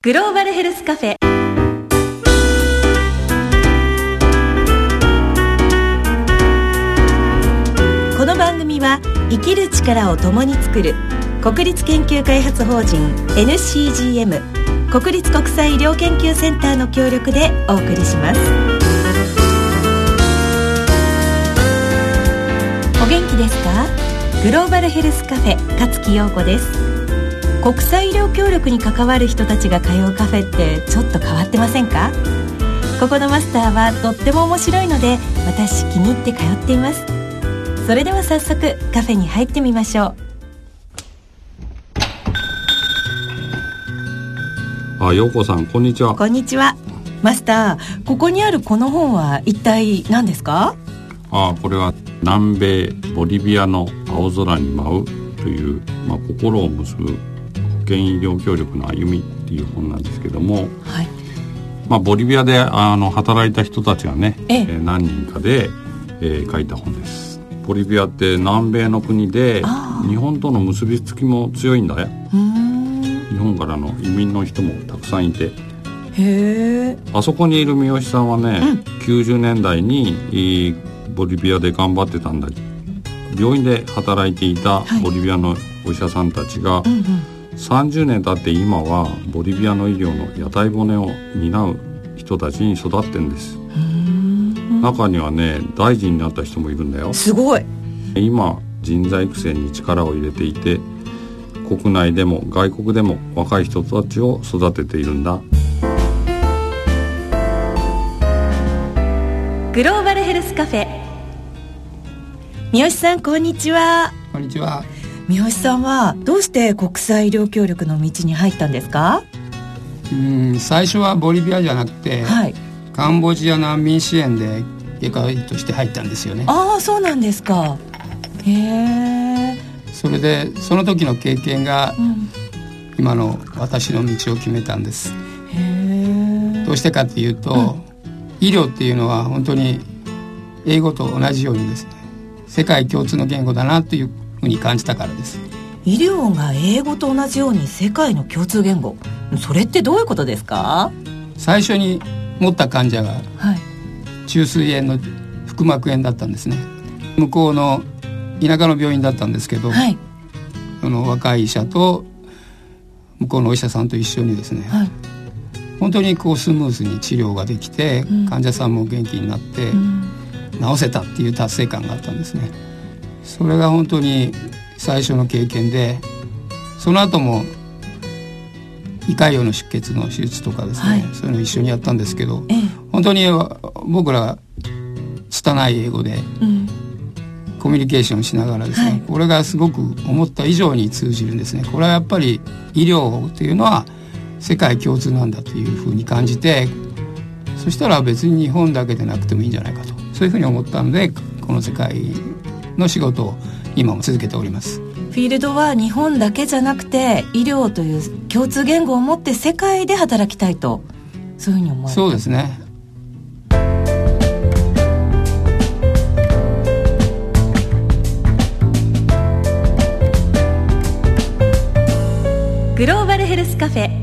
グローバルヘルスカフェ。この番組は生きる力を共に作る国立研究開発法人 NCGM 国立国際医療研究センターの協力でお送りします。お元気ですか？グローバルヘルスカフェ勝木陽子です。国際医療協力に関わる人たちが通うカフェってちょっと変わってませんか？ここのマスターはとっても面白いので私気に入って通っています。それでは早速カフェに入ってみましょう。陽子さん、こんにちは。 こんにちは。マスター、ここにあるこの本は一体何ですか？ これは南米ボリビアの青空に舞うという、心を結ぶ保健医療協力の歩みっていう本なんですけども、 はい。 ボリビアで働いた人たちがね、何人かで、書いた本です。ボリビアって南米の国で日本との結びつきも強いんだよ。日本からの移民の人もたくさんいて、あそこにいる三好さんはね、90年代にボリビアで頑張ってたんだ。病院で働いていたボリビアのお医者さんたちが、30年経って今はボリビアの医療の屋台骨を担う人たちに育ってんです。中にはね、大臣になった人もいるんだよ。 すごい。 今人材育成に力を入れていて、国内でも外国でも若い人たちを育てているんだ。 グローバルヘルスカフェ。三好さん、こんにちは。 こんにちは。 三好さんはどうして国際医療協力の道に入ったんですか？ 最初はボリビアじゃなくて、カンボジア難民支援で外科医として入ったんですよね。 そうなんですか。 それでその時の経験が、今の私の道を決めたんです。どうしてかっていうと、医療っていうのは本当に英語と同じようにですね、世界共通の言語だなというふうに感じたからです。 医療が英語と同じように世界の共通言語、それってどういうことですか？ 最初に持った患者が、虫垂炎の腹膜炎だったんですね。向こうの田舎の病院だったんですけど、その若い医者と向こうのお医者さんと一緒にですね、本当にスムーズに治療ができて、患者さんも元気になって、治せたっていう達成感があったんですね。それが本当に最初の経験で、その後も胃潰瘍の出血の手術とかですね、そういうのを一緒にやったんですけど、本当に僕ら拙い英語でコミュニケーションしながらですね、これがすごく思った以上に通じるんですね。これはやっぱり医療というのは世界共通なんだというふうに感じて、そしたら別に日本だけでなくてもいいんじゃないかと、そういうふうに思ったので、この世界の仕事を今も続けております。 フィールドは日本だけじゃなくて、医療という共通言語を持って世界で働きたいと、そういうふうに思われた。 そうですね。 グローバルヘルスカフェ。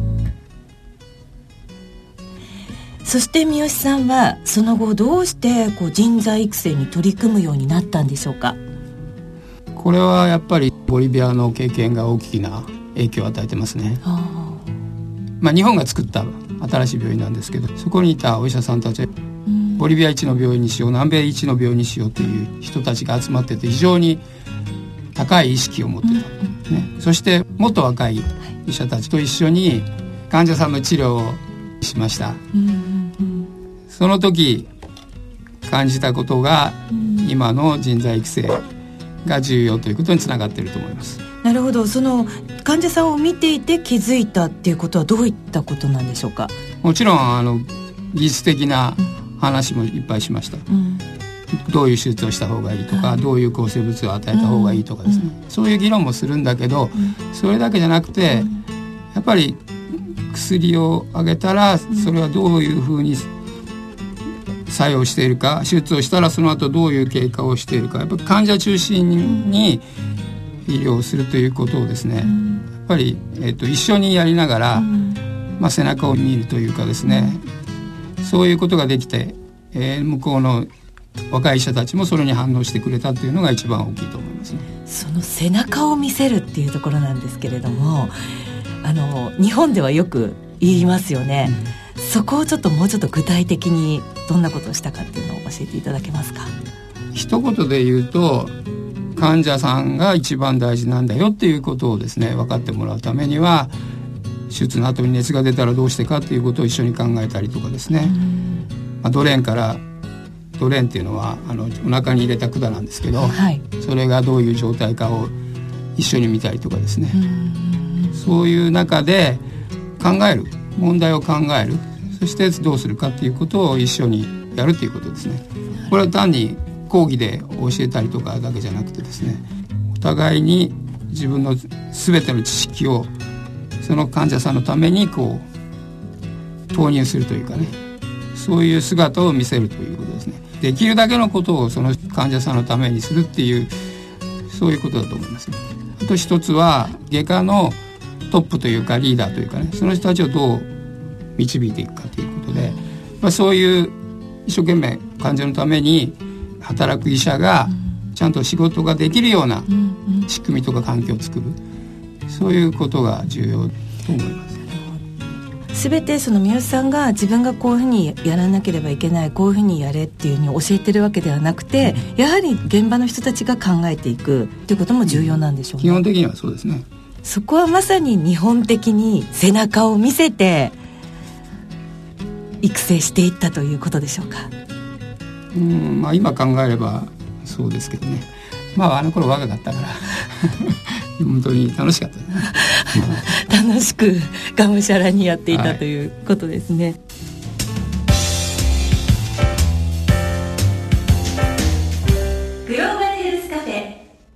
そして三好さんはその後どうして人材育成に取り組むようになったんでしょうか？ これはやっぱりボリビアの経験が大きな影響を与えてますね。日本が作った新しい病院なんですけど、そこにいたお医者さんたち、ボリビア一の病院にしよう、南米一の病院にしようという人たちが集まってて、非常に高い意識を持ってた、そしてもっと若い医者たちと一緒に患者さんの治療をしました。その時感じたことが、今の人材育成が重要ということにつながっていると思います。 なるほど。その患者さんを見ていて気づいたっていうことはどういったことなんでしょうか？ もちろん技術的な話もいっぱいしました。どういう手術をした方がいいとか、どういう抗生物を与えた方がいいとかですね、そういう議論もするんだけど、それだけじゃなくて、やっぱり薬をあげたらそれはどういうふうに作用しているか、手術をしたらその後どういう経過をしているか、やっぱり患者中心に医療をするということをですね、やっぱり、一緒にやりながら、 背中を見るというかですね、そういうことができて、向こうの若い医者たちもそれに反応してくれたというのが一番大きいと思いますね。 その背中を見せるっていうところなんですけれども、日本ではよく言いますよね、そこをちょっともうちょっと具体的にどんなことをしたかっていうのを教えていただけますか。 一言で言うと、患者さんが一番大事なんだよっていうことをですね分かってもらうためには、手術の後に熱が出たらどうしてかっていうことを一緒に考えたりとかですね、ドレーンっていうのはお腹に入れた管なんですけど、それがどういう状態かを一緒に見たりとかですね、そういう中で問題を考える、そしてどうするかっていうことを一緒にやるっていうことですね。これは単に講義で教えたりとかだけじゃなくてですね、お互いに自分の全ての知識をその患者さんのために投入するというかね、そういう姿を見せるということですね。できるだけのことをその患者さんのためにするっていう、そういうことだと思いますね。あと一つは外科のトップというかリーダーというかね、その人たちをどう導いていくかということで、そういう一生懸命患者のために働く医者がちゃんと仕事ができるような仕組みとか環境を作る、そういうことが重要と思います。 全てその三好さんが自分がこういうふうにやらなければいけない、こういうふうにやれっていうふうに教えてるわけではなくて、やはり現場の人たちが考えていくということも重要なんでしょうね。 基本的にはそうですね。 そこはまさに日本的に背中を見せて育成していったということでしょうか。 今考えればそうですけどね。あの頃若かったから本当に楽しかったね楽しくがむしゃらにやっていたということですね。グローバルヘルスカフェ、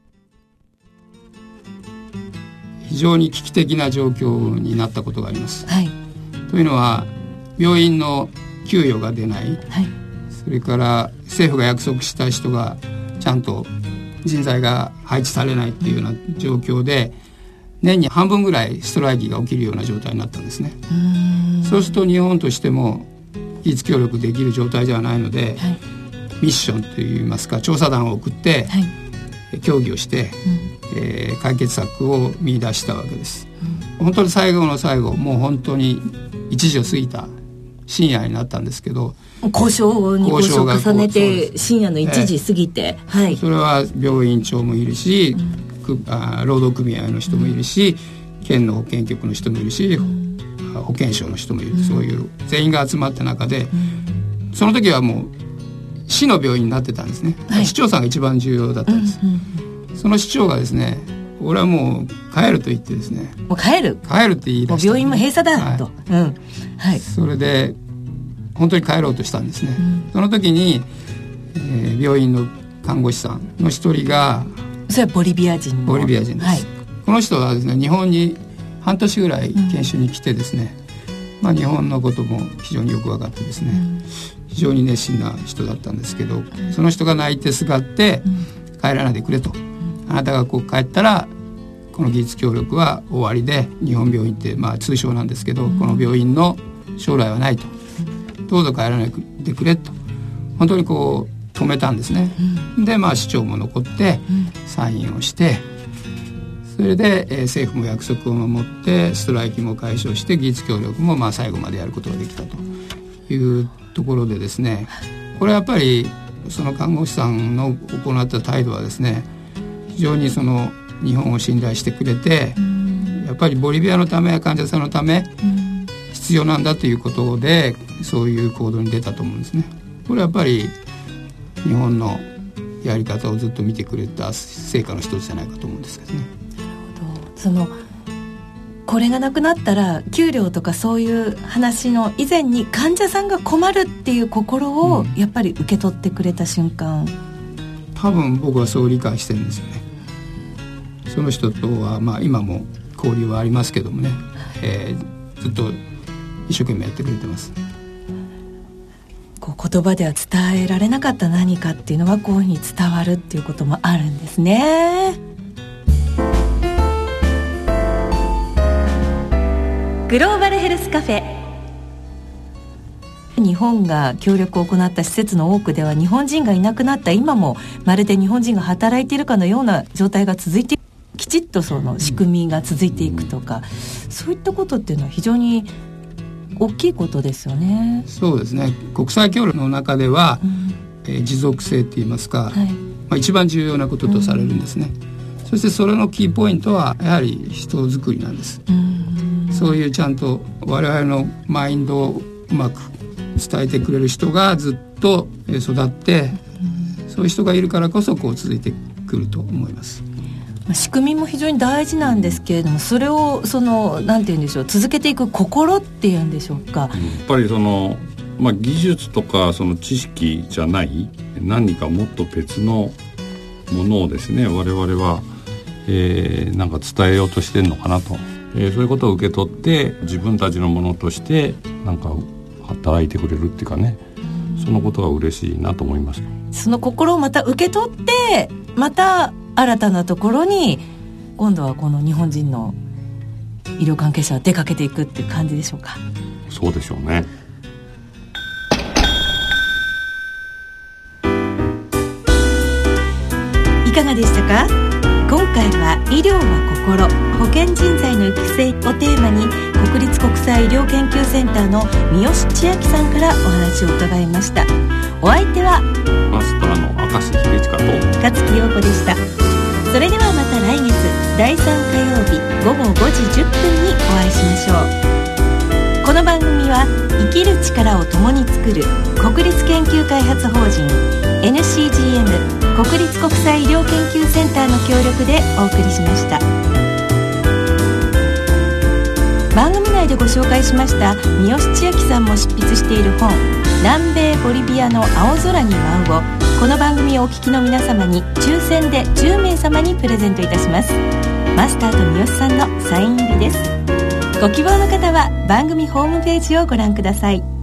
非常に危機的な状況になったことがあります、というのは病院の給与が出ない、それから政府が約束した人がちゃんと人材が配置されないっていうような状況で、年に半分ぐらいストライキが起きるような状態になったんですね。そうすると日本としても技術協力できる状態ではないので、ミッションといいますか調査団を送って、協議をして、解決策を見出したわけです、本当に最後の最後、もう本当に1時を過ぎた深夜になったんですけど、 交渉に交渉を重ねて深夜の1時過ぎて、 それは病院長もいるし、労働組合の人もいるし、県の保健局の人もいるし、保健省の人もいる、そういう全員が集まった中で、その時はもう市の病院になってたんですね、市長さんが一番重要だったんです、その市長がですね、俺はもう帰ると言ってですね、 もう帰るって言い出した、 病院も閉鎖だと、 それで本当に帰ろうとしたんですね、その時に、病院の看護師さんの一人が、 それはボリビア人です、この人はですね、日本に半年ぐらい研修に来てですね、日本のことも非常によく分かってですね、非常に熱心な人だったんですけど、その人が泣いてすがって帰らないでくれと、あなたが帰ったらこの技術協力は終わりで、日本病院って通称なんですけど、この病院の将来はないと、どうぞ帰らないでくれと本当に止めたんですね、で市長も残ってサインをして、それで、政府も約束を守ってストライキも解消して、技術協力も最後までやることができたというところでですね、これはやっぱりその看護師さんの行った態度はですね、非常にその日本を信頼してくれて、やっぱりボリビアのため、患者さんのため、必要なんだということで、そういう行動に出たと思うんですね。これはやっぱり日本のやり方をずっと見てくれた成果の一つじゃないかと思うんですけどね。 これがなくなったら給料とかそういう話の以前に、患者さんが困るっていう心をやっぱり受け取ってくれた瞬間、 多分僕はそう理解してるんですよね。その人とは今も交流はありますけどもね、ずっと一生懸命やってくれてます。 言葉では伝えられなかった何かっていうのはこういうふうに伝わるっていうこともあるんですね。 グローバルヘルスカフェ。日本が協力を行った施設の多くでは日本人がいなくなった今もまるで日本人が働いているかのような状態が続いて、きちっとその仕組みが続いていくとか、そういったことっていうのは非常に大きいことですよね。 そうですね。国際協力の中では、持続性といいますか、一番重要なこととされるんですね。そしてそれのキーポイントはやはり人づくりなんです。そういうちゃんと我々のマインドをうまく伝えてくれる人がずっと育って、そういう人がいるからこそこう続いてくると思います。 仕組みも非常に大事なんですけれども、それをなんて言うんでしょう、続けていく心っていうんでしょうか。やっぱり技術とかその知識じゃない何かもっと別のものをですね、我々は、なんか伝えようとしてるのかなと、そういうことを受け取って自分たちのものとしてなんか働いてくれるっていうかね、そのことが嬉しいなと思います。 その心をまた受け取ってまた新たなところに今度はこの日本人の医療関係者は出かけていくっていう感じでしょうか。 そうでしょうね。 いかがでしたか。今回は医療は心、保健人材の育成をテーマに国立国際医療研究センターの三好千秋さんからお話を伺いました。お相手はマスターの明石秀親と勝木陽子でした。それではまた来月第3火曜日午後5時10分にお会いしましょう。この番組は生きる力を共に作る国立研究開発法人 NCGM 国立国際医療研究センターの協力でお送りしました。番組内でご紹介しました三好千秋さんも執筆している本、南米ボリビアの青空に舞うをこの番組をお聞きの皆様に抽選で10名様にプレゼントいたします。マスターと三好さんのサイン入りです。ご希望の方は番組ホームページをご覧ください。